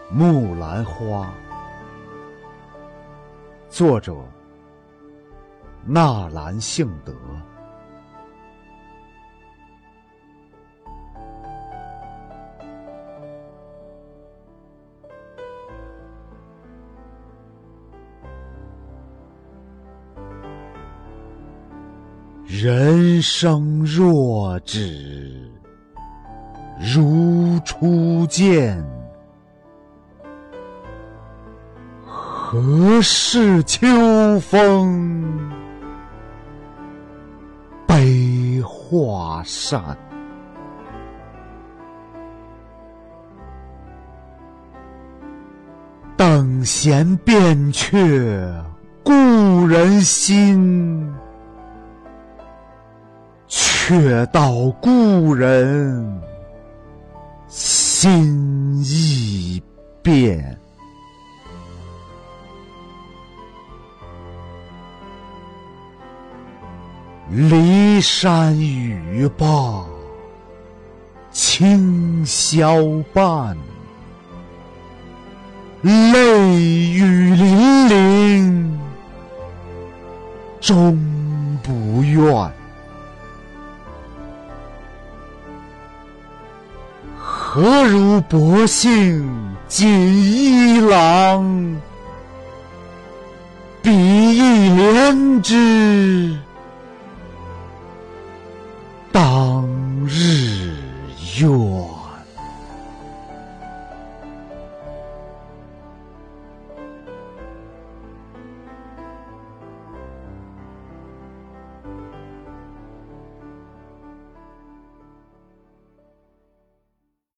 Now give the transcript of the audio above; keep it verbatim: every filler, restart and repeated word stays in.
木兰花，作者纳兰性德。人生若只如初见，何事秋风悲画扇。等闲变却故人心，却道故人心易变。骊山语罢清宵半，泪雨霖铃终不怨。何如薄幸锦衣郎，比翼连枝当日愿。